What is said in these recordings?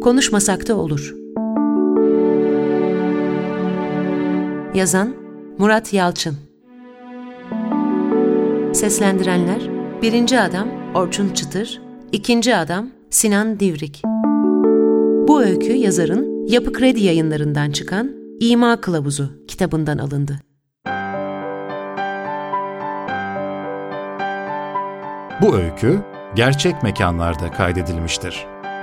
Konuşmasak da olur. Yazan Murat Yalçın. Seslendirenler: Birinci adam Orçun Çıtır, İkinci adam Sinan Divrik. Bu öykü yazarın Yapı Kredi Yayınları'ndan çıkan İma Kılavuzu kitabından alındı. Bu öykü gerçek mekanlarda kaydedilmiştir.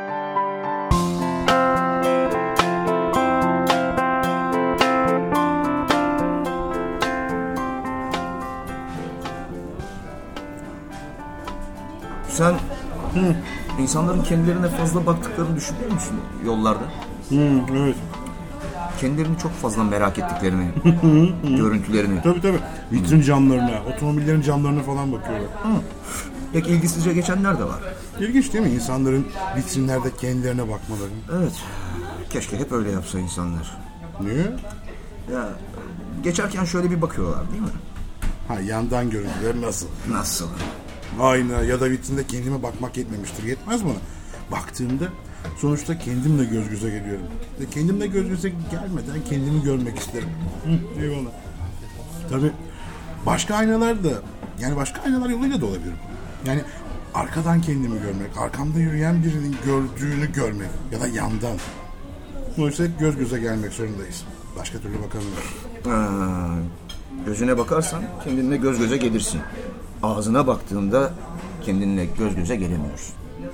Sen insanların kendilerine fazla baktıklarını düşünüyor musun yollarda? Evet. Kendilerini çok fazla merak ettiklerini, görüntülerini. Tabii. Vitrin camlarına, otomobillerin camlarına falan bakıyorlar. Pek ilgisizce geçenler de var. İlginç değil mi insanların vitrinlerde kendilerine bakmaları? Evet. Keşke hep öyle yapsa insanlar. Niye? Ya geçerken şöyle bir bakıyorlar değil mi? Yandan görüntüler nasıl? Nasıl? Ayna ya da vitrinde kendime bakmak yetmemiştir. Yetmez bana. Baktığımda sonuçta kendimle göz göze geliyorum. Ve kendimle göz göze gelmeden kendimi görmek isterim. Eyvallah. Tabii başka aynalar da, yani başka aynalar yoluyla da olabilir. Yani arkadan kendimi görmek, arkamda yürüyen birinin gördüğünü görmek ya da yandan. Sonuçta göz göze gelmek zorundayız. Başka türlü bakamıyorum. Gözüne bakarsan kendinle göz göze gelirsin. Ağzına baktığında kendinle göz göze gelemiyorsun.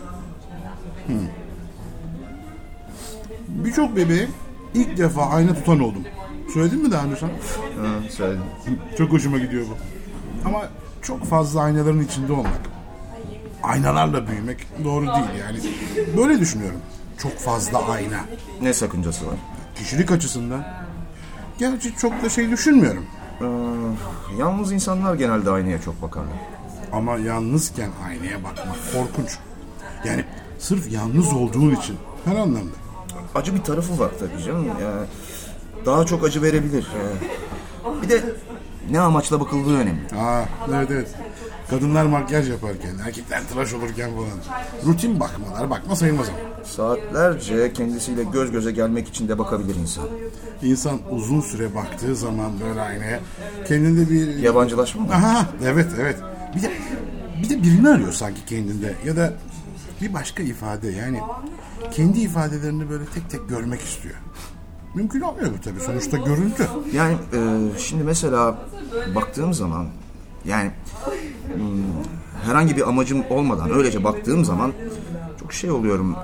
Birçok bebeğe ilk defa ayna tutan oldum. Söyledin mi daha önce sen? Söyledim. Çok hoşuma gidiyor bu. Ama çok fazla aynaların içinde olmak, aynalarla büyümek doğru değil yani. Böyle düşünüyorum. Çok fazla ayna. Ne sakıncası var? Kişilik açısından. Gerçi çok da düşünmüyorum. Yalnız insanlar genelde aynaya çok bakarlar. Ama yalnızken aynaya bakmak korkunç. Yani sırf yalnız olduğun için her anlamda. Acı bir tarafı var tabii canım. Ya, daha çok acı verebilir. Bir de ne amaçla bakıldığı önemli. Evet. Kadınlar makyaj yaparken, erkekler tıraş olurken falan. Rutin bakmalar, bakma sayılmaz ama. Saatlerce kendisiyle göz göze gelmek için de bakabilir insan. İnsan uzun süre baktığı zaman böyle aynaya kendinde bir... Yabancılaşma mı? Evet. Bir de birini arıyor sanki kendinde ya da bir başka ifade, yani kendi ifadelerini böyle tek tek görmek istiyor. Mümkün olmuyor bu tabii, sonuçta görüntü. Yani şimdi mesela baktığım zaman, yani herhangi bir amacım olmadan öylece baktığım zaman çok oluyorum.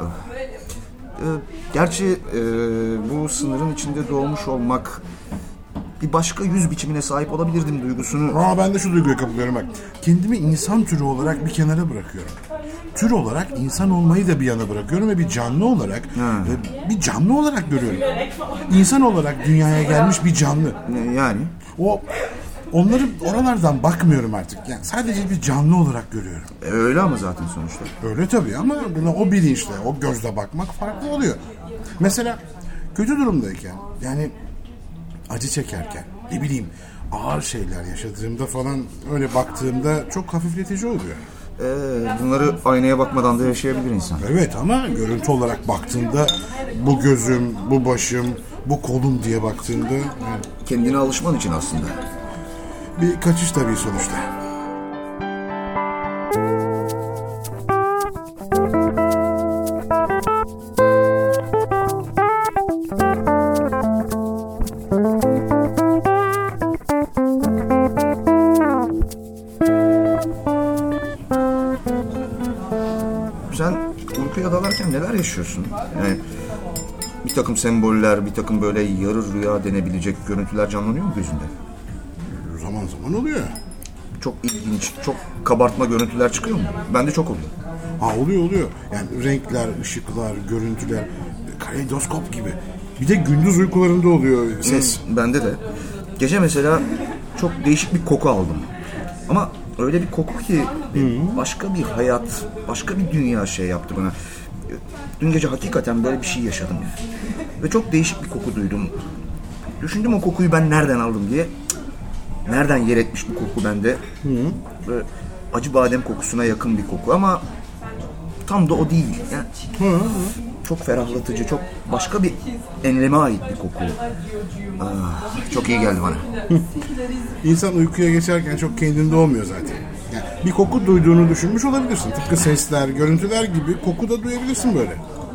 Gerçi bu sınırın içinde doğmuş olmak, bir başka yüz biçimine sahip olabilirdim duygusunu... Ben de şu duyguya kapılıyorum bak. Kendimi insan türü olarak bir kenara bırakıyorum. Tür olarak insan olmayı da bir yana bırakıyorum ve bir canlı olarak görüyorum. İnsan olarak dünyaya gelmiş bir canlı. Yani? Onları oralardan bakmıyorum artık. Yani sadece bir canlı olarak görüyorum. Öyle ama zaten sonuçta. Öyle tabii ama buna o bilinçle, o gözle bakmak farklı oluyor. Mesela kötü durumdayken, yani acı çekerken, ne bileyim ağır şeyler yaşadığımda falan öyle baktığımda çok hafifletici oluyor. Bunları aynaya bakmadan da yaşayabilir insan. Evet ama görüntü olarak baktığında bu gözüm, bu başım, bu kolum diye baktığında... Yani kendine alışman için aslında. Bir kaçış tabii sonuçta. Sen uykuya dalarken neler yaşıyorsun? Yani bir takım semboller, bir takım böyle yarı rüya denebilecek görüntüler canlanıyor mu gözünde? Zaman zaman oluyor. Çok ilginç, çok kabartma görüntüler çıkıyor mu? Bende çok oluyor. Oluyor. Yani renkler, ışıklar, görüntüler, kaleidoskop gibi. Bir de gündüz uykularında oluyor ses. Bende de. Gece mesela çok değişik bir koku aldım. Ama öyle bir koku ki başka bir hayat, başka bir dünya yaptı bana. Dün gece hakikaten böyle bir şey yaşadım yani. Ve çok değişik bir koku duydum. Düşündüm o kokuyu ben nereden aldım diye. Nereden yer etmiş bu koku bende? Böyle acı badem kokusuna yakın bir koku ama tam da o değil. Yani çok ferahlatıcı, çok başka bir enleme ait bir koku. Çok iyi geldi bana. İnsan uykuya geçerken çok kendinde olmuyor zaten. Yani bir koku duyduğunu düşünmüş olabilirsin. Tıpkı sesler, görüntüler gibi koku da duyabilirsin böyle.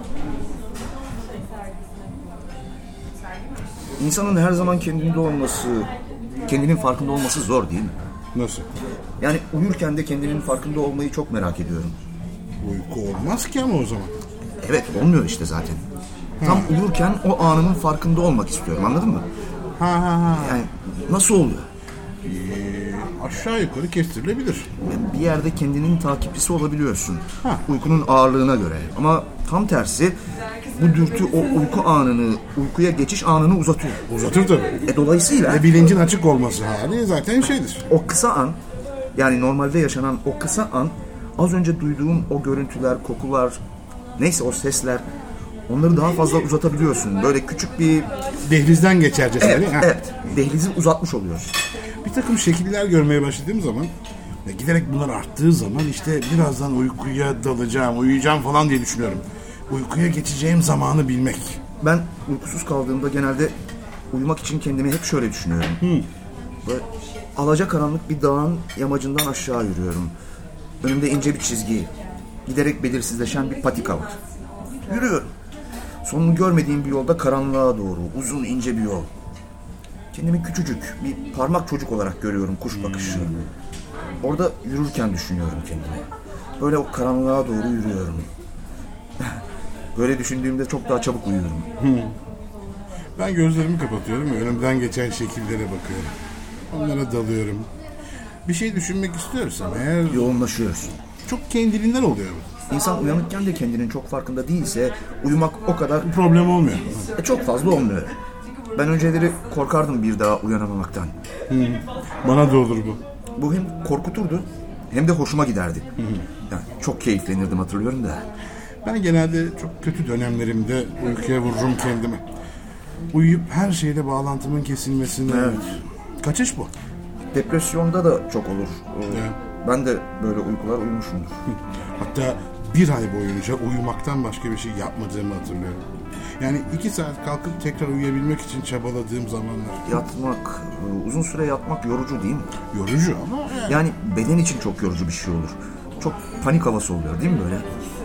İnsanın her zaman kendinde olması, kendinin farkında olması zor değil mi? Nasıl? Yani uyurken de kendinin farkında olmayı çok merak ediyorum. Uyku olmaz ki ama o zaman. Evet, olmuyor işte zaten. Tam uyurken o anının farkında olmak istiyorum, anladın mı? Yani nasıl oluyor? Aşağı yukarı kestirilebilir. Yani bir yerde kendinin takipçisi olabiliyorsun. Uykunun ağırlığına göre. Ama tam tersi bu dürtü o uyku anını, uykuya geçiş anını uzatıyor. Uzatır tabii. Dolayısıyla bilincin açık olması hali zaten şeydir. o kısa an, yani normalde yaşanan o kısa an, az önce duyduğum o görüntüler, kokular, neyse o sesler, onları daha fazla uzatabiliyorsun. Böyle küçük bir... Dehlizden geçercesine değil mi? Evet, dehlizi uzatmış oluyorsun. Bir takım şekiller görmeye başladığım zaman ve giderek bunlar arttığı zaman işte birazdan uykuya dalacağım, uyuyacağım falan diye düşünüyorum. Uykuya geçeceğim zamanı bilmek. Ben uykusuz kaldığımda genelde uyumak için kendimi hep şöyle düşünüyorum. Böyle alacakaranlık bir dağın yamacından aşağı yürüyorum. Önümde ince bir çizgi, giderek belirsizleşen bir patika var. Yürüyorum. Sonunu görmediğim bir yolda karanlığa doğru, uzun ince bir yol. Kendimi küçücük, bir parmak çocuk olarak görüyorum, kuş bakışı. Orada yürürken düşünüyorum kendimi. Böyle o karanlığa doğru yürüyorum. Böyle düşündüğümde çok daha çabuk uyuyorum. Ben gözlerimi kapatıyorum ve önümden geçen şekillere bakıyorum. Onlara dalıyorum. Bir şey düşünmek istiyorsam eğer... Yoğunlaşıyorsun. Çok kendiliğinden oluyor bu. İnsan uyanıkken de kendinin çok farkında değilse uyumak o kadar... Problem olmuyor. Çok fazla olmuyor. Ben önceleri korkardım bir daha uyanamamaktan. Bana da olur bu. Bu hem korkuturdu hem de hoşuma giderdi. Yani çok keyiflenirdim, hatırlıyorum da. Ben genelde çok kötü dönemlerimde uykuya vururum kendimi. Uyuyup her şeyle bağlantımın kesilmesini... Evet. Kaçış bu. Depresyonda da çok olur. Ben de böyle uykular uyumuşumdur. Hatta bir ay boyunca uyumaktan başka bir şey yapmadığımı hatırlıyorum. Yani 2 saat kalkıp tekrar uyuyabilmek için çabaladığım zamanlar. Yatmak, uzun süre yatmak yorucu değil mi? Yorucu ama... Yani beden için çok yorucu bir şey olur. Çok panik havası oluyor değil mi böyle?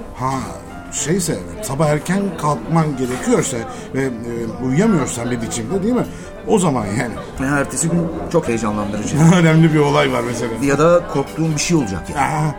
Şeyse, sabah erken kalkman gerekiyorsa ve uyuyamıyorsan bir biçimde değil mi? O zaman yani. Ertesi gün çok heyecanlandırıcı. Önemli bir olay var mesela. Ya da korktuğum bir şey olacak yani.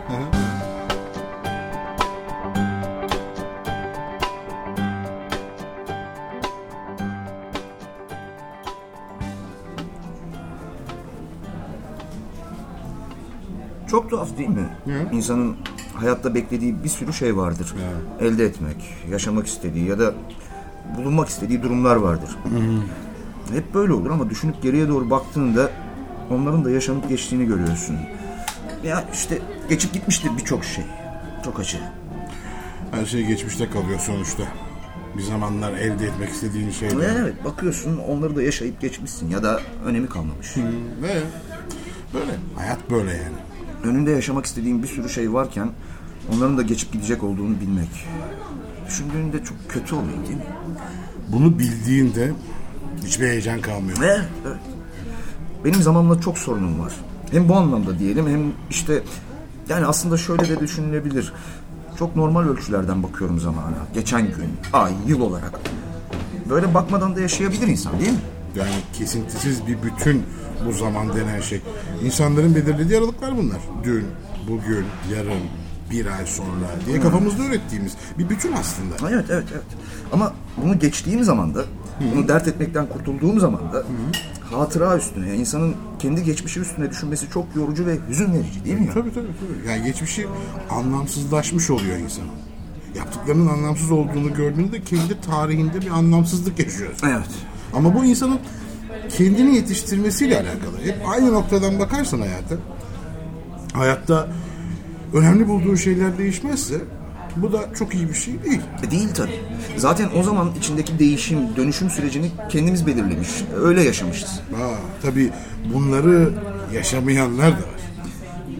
Çok tuhaf değil mi? İnsanın hayatta beklediği bir sürü şey vardır. Elde etmek, yaşamak istediği ya da bulunmak istediği durumlar vardır. Hep böyle olur ama düşünüp geriye doğru baktığında onların da yaşanıp geçtiğini görüyorsun. Ya işte geçip gitmiştir birçok şey. Çok acı. Her şey geçmişte kalıyor sonuçta. Bir zamanlar elde etmek istediğin şeyler. Evet, bakıyorsun onları da yaşayıp geçmişsin ya da önemi kalmamış. Ve böyle. Hayat böyle yani. Önünde yaşamak istediğin bir sürü şey varken onların da geçip gidecek olduğunu bilmek. Düşündüğünde çok kötü oluyor değil mi? Bunu bildiğinde hiçbir heyecan kalmıyor. Evet. Benim zamanla çok sorunum var. Hem bu anlamda diyelim hem işte yani aslında şöyle de düşünülebilir. Çok normal ölçülerden bakıyorum zamana. Geçen gün, ay, yıl olarak. Böyle bakmadan da yaşayabilir insan değil mi? Yani kesintisiz bir bütün bu zaman denen şey. İnsanların belirlediği aralıklar bunlar. Dün, bugün, yarın, bir ay sonra diye kafamızda ürettiğimiz bir bütün aslında. Evet. Ama bunu geçtiğim zaman da, bunu dert etmekten kurtulduğum zaman da hatıra üstüne, yani insanın kendi geçmişi üstüne düşünmesi çok yorucu ve hüzün verici değil mi ya? Tabii. Yani geçmişi anlamsızlaşmış oluyor insan. Yaptıklarının anlamsız olduğunu gördüğünde kendi tarihinde bir anlamsızlık yaşıyorsun. Evet. Ama bu insanın kendini yetiştirmesiyle alakalı. Hep aynı noktadan bakarsan hayatta önemli bulduğun şeyler değişmezse bu da çok iyi bir şey değil. Değil tabii. Zaten o zaman içindeki değişim, dönüşüm sürecini kendimiz belirlemiş. Öyle yaşamışız. Tabii bunları yaşamayanlar da var.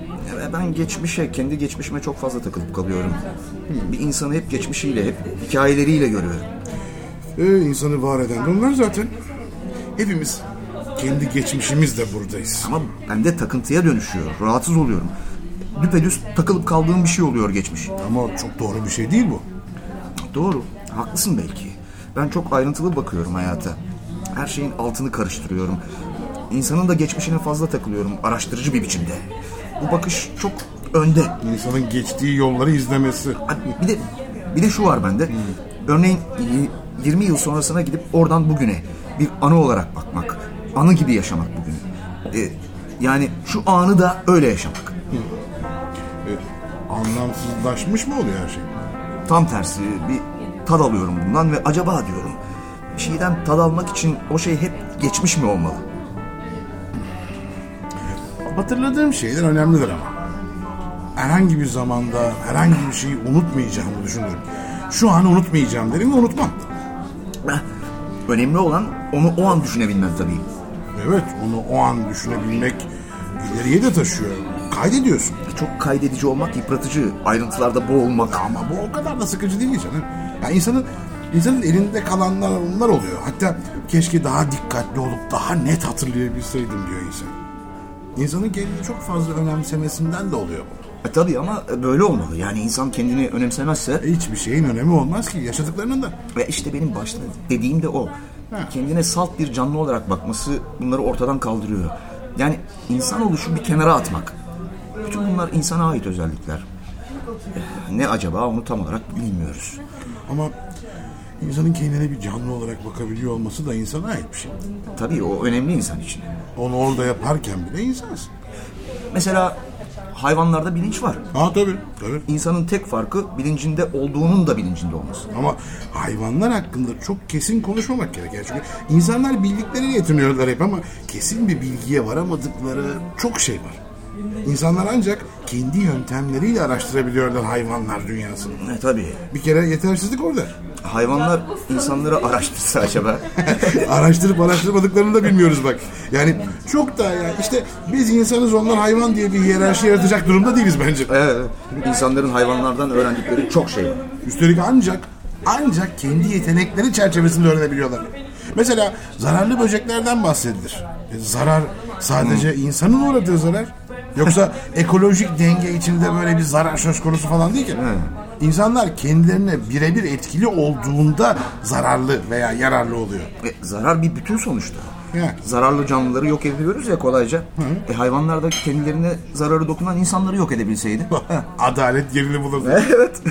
Ya ben kendi geçmişime çok fazla takılıp kalıyorum. Bir insanı hep geçmişiyle, hep hikayeleriyle görüyorum. İnsanı var eden de onlar zaten. Hepimiz kendi geçmişimizle buradayız. Ama bende takıntıya dönüşüyor, rahatsız oluyorum. Düpedüz takılıp kaldığım bir şey oluyor geçmiş. Ama çok doğru bir şey değil bu. Doğru, haklısın belki. Ben çok ayrıntılı bakıyorum hayata. Her şeyin altını karıştırıyorum. İnsanın da geçmişine fazla takılıyorum, araştırıcı bir biçimde. Bu bakış çok önde. İnsanın geçtiği yolları izlemesi. Bir de şu var bende. Örneğin 20 yıl sonrasına gidip oradan bugüne bir anı olarak bakmak. Anı gibi yaşamak bugünü. Yani şu anı da öyle yaşamak. Anlamsızlaşmış mı oluyor her şey? Tam tersi bir tad alıyorum bundan ve acaba diyorum bir şeyden tad almak için o şey hep geçmiş mi olmalı? Hatırladığım şeyler önemlidir ama. Herhangi bir zamanda herhangi bir şeyi unutmayacağımı düşünürüm. Şu an unutmayacağım derim ve unutmam. Önemli olan onu o an düşünebilmem tabii. Evet, onu o an düşünebilmek ileriye de taşıyor. Kaydediyorsun. Çok kaydedici olmak yıpratıcı. Ayrıntılarda boğulmak. Ama bu o kadar da sıkıcı değil canım. Yani insanın elinde kalanlar onlar oluyor. Hatta keşke daha dikkatli olup daha net hatırlayabilseydim diyor insan. İnsanın kendini çok fazla önemsemesinden de oluyor bu. Tabii ama böyle olmalı. Yani insan kendini önemsemezse... Hiçbir şeyin önemi olmaz ki yaşadıklarının da. Ve işte benim başta dediğim de o. Kendine salt bir canlı olarak bakması bunları ortadan kaldırıyor. Yani insan oluşu bir kenara atmak. Bütün bunlar insana ait özellikler. Ne acaba onu tam olarak bilmiyoruz. Ama insanın kendine bir canlı olarak bakabiliyor olması da insana ait bir şey. Tabii o önemli insan için. Onu orada yaparken bile insanız. Mesela hayvanlarda bilinç var. Tabii. İnsanın tek farkı bilincinde olduğunun da bilincinde olması. Ama hayvanlar hakkında çok kesin konuşmamak gerekiyor. Çünkü insanlar bildikleriyle yetiniyorlar hep ama kesin bir bilgiye varamadıkları çok şey var. İnsanlar ancak kendi yöntemleriyle araştırabiliyorlar hayvanlar dünyasını. Tabii. Bir kere yetersizlik orada. Hayvanlar insanları araştırsa acaba? Araştırıp araştırmadıklarını da bilmiyoruz bak. Yani çok da ya işte biz insanız onlar hayvan diye bir hiyerarşi yaratacak durumda değiliz bence. Evet. İnsanların hayvanlardan öğrendikleri çok şey var. Üstelik ancak kendi yetenekleri çerçevesinde öğrenebiliyorlar. Mesela zararlı böceklerden bahsedilir. Zarar sadece insanın uğradığı zarar. Yoksa ekolojik denge içinde böyle bir zarar söz konusu falan değil ki. İnsanlar kendilerine birebir etkili olduğunda zararlı veya yararlı oluyor. Zarar bir bütün sonuçta. Zararlı canlıları yok ediyoruz ya kolayca. Hayvanlar da kendilerine zararı dokunan insanları yok edebilseydi. Adalet yerini bulur. Evet.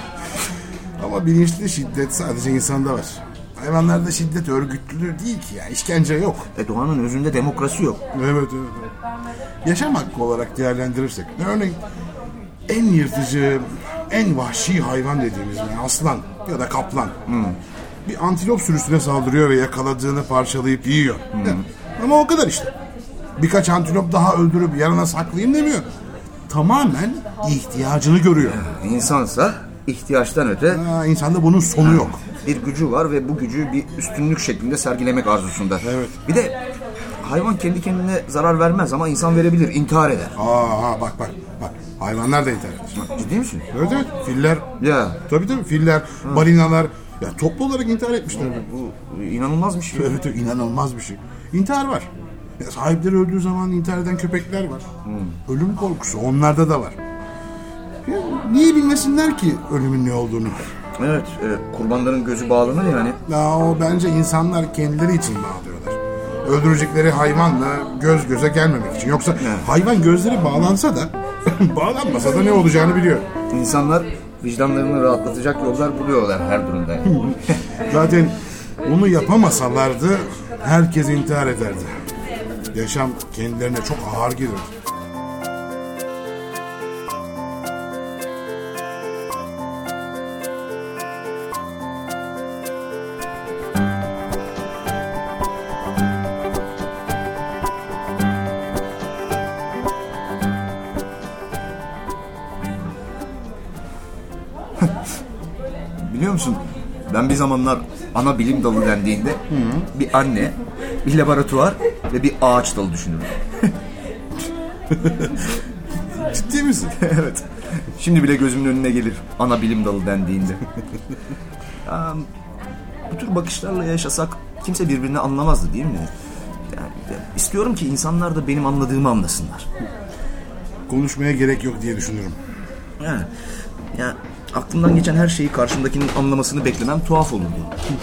Ama bilinçli şiddet sadece insanda var. Hayvanlarda şiddet örgütlü değil ki ya. İşkence yok. Doğanın özünde demokrasi yok. Evet. Yaşam hakkı olarak değerlendirirsek. Örneğin en yırtıcı, en vahşi hayvan dediğimiz aslan ya da kaplan. Bir antilop sürüsüne saldırıyor ve yakaladığını parçalayıp yiyor. Ama o kadar işte. Birkaç antilop daha öldürüp yanına saklayayım demiyor. Tamamen ihtiyacını görüyor. İnsansa ihtiyaçtan öte... İnsanda bunun sonu yok. Bir gücü var ve bu gücü bir üstünlük şeklinde sergilemek arzusunda. Evet. Bir de hayvan kendi kendine zarar vermez ama insan verebilir, intihar eder. Bak. Hayvanlar da intihar eder. Ciddi misin? Evet. Filler. Ya. Tabii. Filler, balinalar. Ya toplu olarak intihar etmişler. Bu inanılmaz bir şey. Evet, inanılmaz bir şey. İntihar var. Sahipleri öldüğü zaman intihar eden köpekler var. Ölüm korkusu onlarda da var. Ya, niye bilmesinler ki ölümün ne olduğunu? Evet, kurbanların gözü bağlanır yani. O bence insanlar kendileri için bağlıyorlar. Öldürecekleri hayvanla göz göze gelmemek için. Yoksa hayvan gözleri bağlansa da bağlanmasa da ne olacağını biliyor. İnsanlar vicdanlarını rahatlatacak yollar buluyorlar her durumda. Yani. Zaten onu yapamasalardı herkes intihar ederdi. Yaşam kendilerine çok ağır gelirdi. Biliyor musun? Ben bir zamanlar ana bilim dalı dendiğinde bir anne, bir laboratuvar ve bir ağaç dalı düşünürdüm. Ciddi misin? misin? Evet. Şimdi bile gözümün önüne gelir ana bilim dalı dendiğinde. Ya, bu tür bakışlarla yaşasak kimse birbirini anlamazdı değil mi? Yani, istiyorum ki insanlar da benim anladığımı anlasınlar. Konuşmaya gerek yok diye düşünüyorum. Ya aklımdan geçen her şeyi karşımdakinin anlamasını beklemem tuhaf olurdu.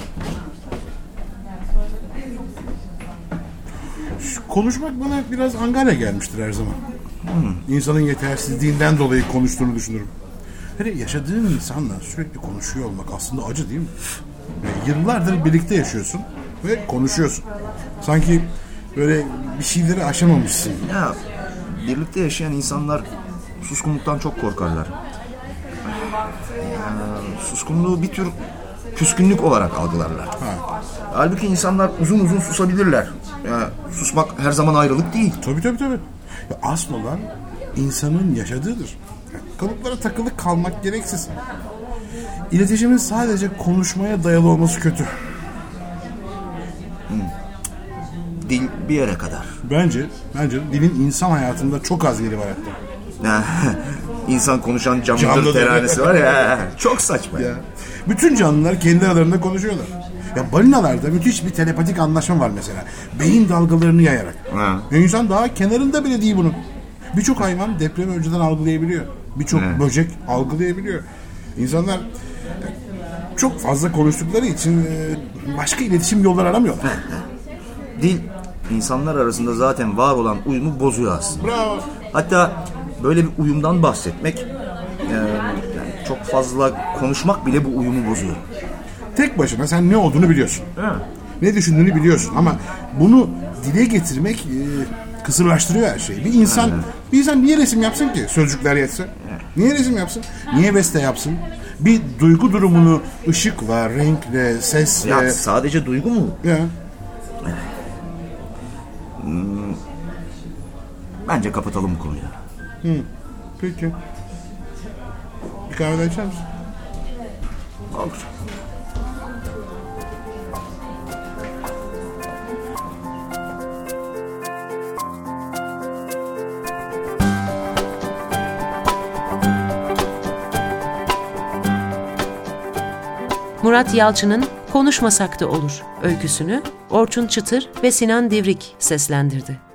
Konuşmak bana biraz angarya gelmiştir her zaman. İnsanın yetersizliğinden dolayı konuştuğunu düşünürüm. Hele yaşadığın insanla sürekli konuşuyor olmak aslında acı değil mi? Yani yıllardır birlikte yaşıyorsun ve konuşuyorsun. Sanki böyle bir şeyleri aşamamışsın. Ya birlikte yaşayan insanlar suskunluktan çok korkarlar. Suskunluğu bir tür küskünlük olarak algılarlar. Halbuki insanlar uzun uzun susabilirler. Ya susmak her zaman ayrılık değil. Tabii. Ya asıl olan insanın yaşadığıdır. Yani kalıplara takılı kalmak gereksiz. İletişimin sadece konuşmaya dayalı olması kötü. Dil bir yere kadar. Bence dilin insan hayatında çok az yeri var hatta. İnsan konuşan canlıdır teranesi var ya. Çok saçma ya. Bütün canlılar kendi aralarında konuşuyorlar. Ya balinalarda müthiş bir telepatik anlaşma var mesela. Beyin dalgalarını yayarak. İnsan daha kenarında bile değil bunun. Birçok hayvan depremi önceden algılayabiliyor. Birçok böcek algılayabiliyor. İnsanlar çok fazla konuştukları için başka iletişim yolları aramıyorlar. Dil insanlar arasında zaten var olan uyumu bozuyor aslında. Bravo. Hatta böyle bir uyumdan bahsetmek, yani çok fazla konuşmak bile bu uyumu bozuyor. Tek başına sen ne olduğunu biliyorsun. Ne düşündüğünü biliyorsun ama bunu dile getirmek kısırlaştırıyor her şeyi. Bir insan niye resim yapsın ki? Sözcükler yetse. Niye resim yapsın? Niye beste yapsın? Bir duygu durumunu ışıkla, renkle, sesle... Ya sadece duygu mu? Ya. Bence kapatalım bu konuyu. Peki. Bir kahve içer misin? Olur. Murat Yalçın'ın Konuşmasak da Olur öyküsünü Orçun Çıtır ve Sinan Divrik seslendirdi.